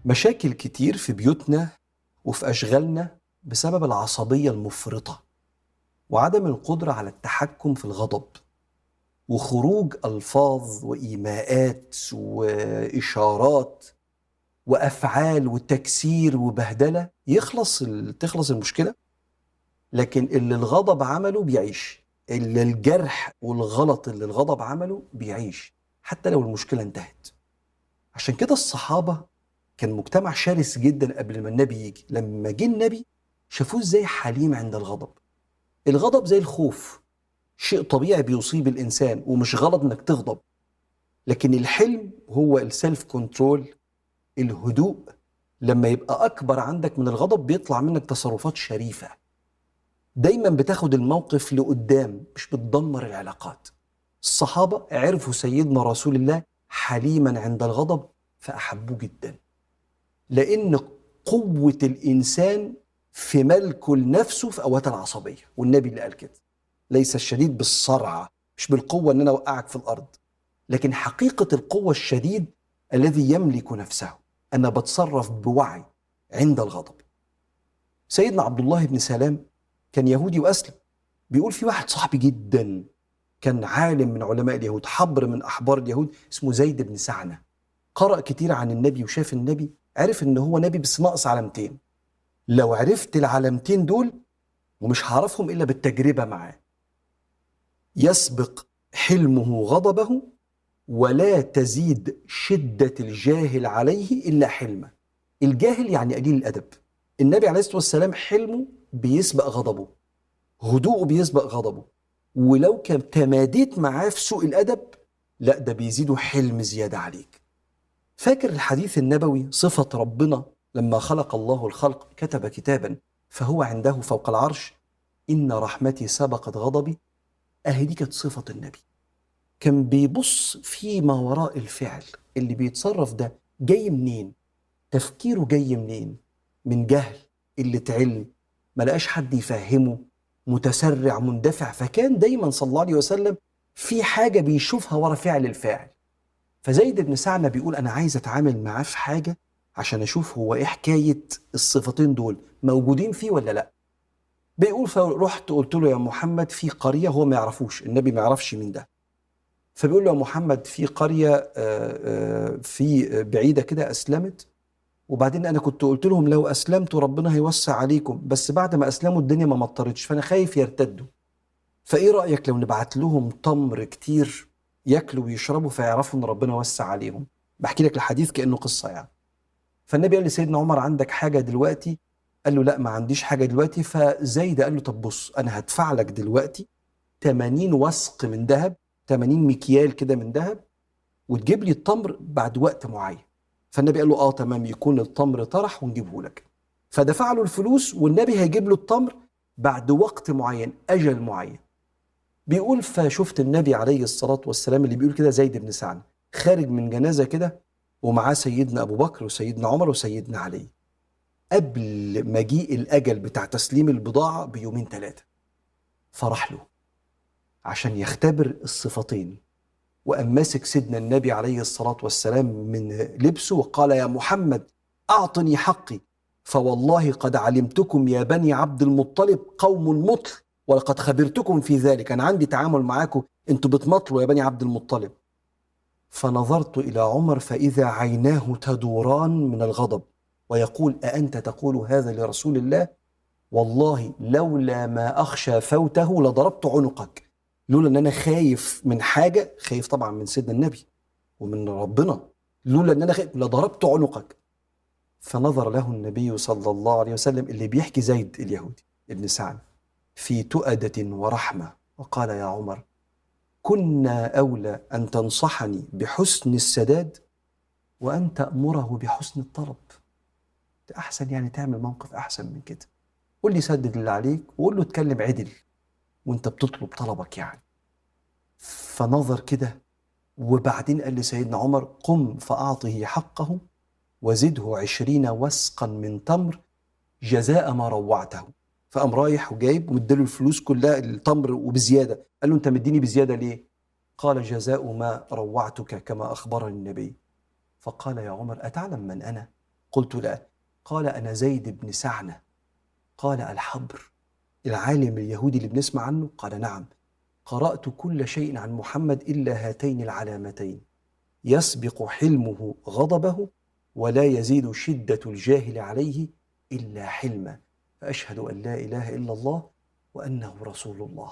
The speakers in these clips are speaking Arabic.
مشاكل كتير في بيوتنا وفي أشغالنا بسبب العصبية المفرطة وعدم القدرة على التحكم في الغضب، وخروج ألفاظ وإيماءات وإشارات وأفعال وتكسير وبهدلة تخلص المشكلة. لكن اللي الغضب عمله بيعيش، اللي الجرح والغلط اللي الغضب عمله بيعيش حتى لو المشكلة انتهت. عشان كده الصحابة كان مجتمع شرس جدا قبل ما النبي يجي. لما جه النبي شافوه ازاي حليم عند الغضب. الغضب زي الخوف، شيء طبيعي بيصيب الإنسان ومش غلط انك تغضب، لكن الحلم هو السيلف كنترول، الهدوء. لما يبقى أكبر عندك من الغضب بيطلع منك تصرفات شريفة، دايما بتاخد الموقف لقدام، مش بتدمر العلاقات. الصحابة عرفوا سيدنا رسول الله حليما عند الغضب فأحبوه جدا، لأن قوة الإنسان في ملكه لنفسه في أوقات العصبية. والنبي اللي قال كده: ليس الشديد بالصرعة، مش بالقوة أن أنا أوقعك في الأرض، لكن حقيقة القوة الشديد الذي يملك نفسه. أنا بتصرف بوعي عند الغضب. سيدنا عبد الله بن سلام كان يهودي وأسلم. بيقول في واحد صاحبي جدا كان عالم من علماء اليهود، حبر من أحبار اليهود، اسمه زيد بن سعنة. قرأ كتير عن النبي وشاف النبي، عرف ان هو نبي بس ناقص علامتين. لو عرفت العلامتين دول، ومش هعرفهم الا بالتجربة معاه: يسبق حلمه غضبه، ولا تزيد شدة الجاهل عليه الا حلمه. الجاهل يعني قليل الادب. النبي عليه الصلاة والسلام حلمه بيسبق غضبه، هدوءه بيسبق غضبه. ولو كان تماديت معاه في سوء الادب، لا ده بيزيده حلم زيادة عليك. فاكر الحديث النبوي صفة ربنا لما خلق الله الخلق كتب كتابا فهو عنده فوق العرش: إن رحمتي سبقت غضبي. أهي دي كانت صفة النبي. كان بيبص فيما وراء الفعل، اللي بيتصرف ده جاي منين، تفكيره جاي منين. من جهل، قلة علم، ما لقاش حد يفهمه، متسرع مندفع. فكان دايما صلى الله عليه وسلم في حاجة بيشوفها ورا فعل الفاعل. فزيد بن سعنة بيقول أنا عايز أتعامل معاه في حاجة عشان أشوف هو إيه حكاية الصفتين دول موجودين فيه ولا لأ. بيقول فرحت قلت له: يا محمد في قرية، هو ما يعرفوش، النبي ما يعرفش مين ده. فبيقول له: يا محمد في قرية في بعيدة كده أسلمت، وبعدين أنا كنت قلت لهم لو أسلمتوا ربنا هيوسع عليكم، بس بعد ما أسلموا الدنيا ما مطرتش، فأنا خايف يرتدوا. فإيه رأيك لو نبعت لهم تمر كتير ياكلوا ويشربوا فيعرفوا ان ربنا وسع عليهم؟ بحكي لك الحديث كأنه قصة يعني. فالنبي قال لسيدنا عمر: عندك حاجة دلوقتي؟ قال له: لا ما عنديش حاجة دلوقتي. فزيد قال له: طب بص، انا هدفع لك دلوقتي 80 وسق من ذهب، 80 مكيال كده من ذهب، وتجيب لي التمر بعد وقت معين. فالنبي قال له: اه تمام، يكون التمر طرح ونجيبه لك. فدفع له الفلوس، والنبي هيجيب له التمر بعد وقت معين، اجل معين. بيقول فشفت النبي عليه الصلاة والسلام، اللي بيقول كده زيد بن سعنة، خارج من جنازة كده ومعاه سيدنا أبو بكر وسيدنا عمر وسيدنا علي، قبل مجيء الأجل بتاع تسليم البضاعة بيومين ثلاثة. فرح له عشان يختبر الصفتين، وقام ماسك سيدنا النبي عليه الصلاة والسلام من لبسه وقال: يا محمد أعطني حقي، فوالله قد علمتكم يا بني عبد المطلب قوم مطل، ولقد خبرتكم في ذلك. أنا عندي تعامل معاكم، أنتوا بتمطلوا يا بني عبد المطلب. فنظرت إلى عمر فإذا عيناه تدوران من الغضب، ويقول: أأنت تقول هذا لرسول الله؟ والله لولا ما أخشى فوته لضربت عنقك. لولا أن أنا خايف من حاجة، خايف طبعا من سيدنا النبي ومن ربنا، لولا أن أنا خايف لضربت عنقك. فنظر له النبي صلى الله عليه وسلم، اللي بيحكي زيد اليهودي ابن سعد، في تؤدة ورحمة، وقال: يا عمر كنا أولى أن تنصحني بحسن السداد وأن تأمره بحسن الطلب. أحسن يعني تعمل موقف أحسن من كده. قول لي سدد اللي عليك، وقول له اتكلم عدل وانت بتطلب طلبك يعني. فنظر كده، وبعدين قال لسيدنا عمر: قم فأعطه حقه وزده 20 وسقا من تمر جزاء ما روعته. فقام رايح وجايب ومديله الفلوس كلها، التمر وبزيادة. قال له: انت مديني بزيادة ليه؟ قال: جزاء ما روعتك كما أخبرني النبي. فقال: يا عمر أتعلم من أنا؟ قلت لا. قال أنا زيد بن سعنة. قال الحبر، العالم اليهودي اللي بنسمع عنه؟ قال نعم. قرأت كل شيء عن محمد إلا هاتين العلامتين: يسبق حلمه غضبه، ولا يزيد شدة الجاهل عليه إلا حلما، فأشهد أن لا إله إلا الله وأنه رسول الله.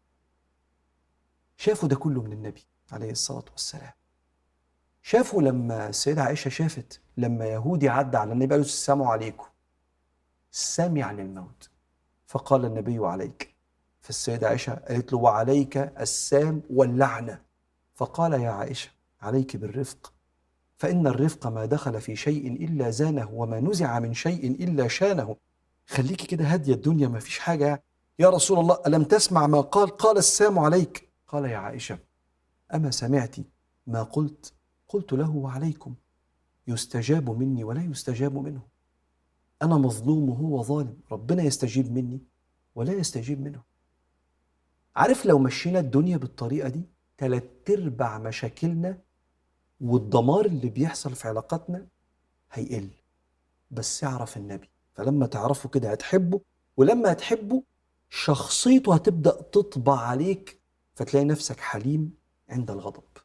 شافوا ده كله من النبي عليه الصلاة والسلام. شافوا لما السيدة عائشة شافت لما يهودي عدى على النبي قال له السلام عليكم، سامي عن الموت، فقال النبي عليك. فالسيدة عائشة قالت له وعليك السام واللعنة. فقال يا عائشة عليك بالرفق، فإن الرفق ما دخل في شيء إلا زانه، وما نزع من شيء إلا شانه. خليكي كده هادية، الدنيا ما فيش حاجة. يا رسول الله ألم تسمع ما قال؟ قال السام عليك. قال يا عائشة أما سمعت ما قلت؟ قلت له وعليكم، يستجاب مني ولا يستجاب منه. أنا مظلوم وهو ظالم، ربنا يستجيب مني ولا يستجيب منه. عارف لو مشينا الدنيا بالطريقة دي 3/4 مشاكلنا والدمار اللي بيحصل في علاقاتنا هيقل. بس اعرف النبي، فلما تعرفه كده هتحبه، ولما هتحبه شخصيته هتبدأ تطبع عليك، فتلاقي نفسك حليم عند الغضب.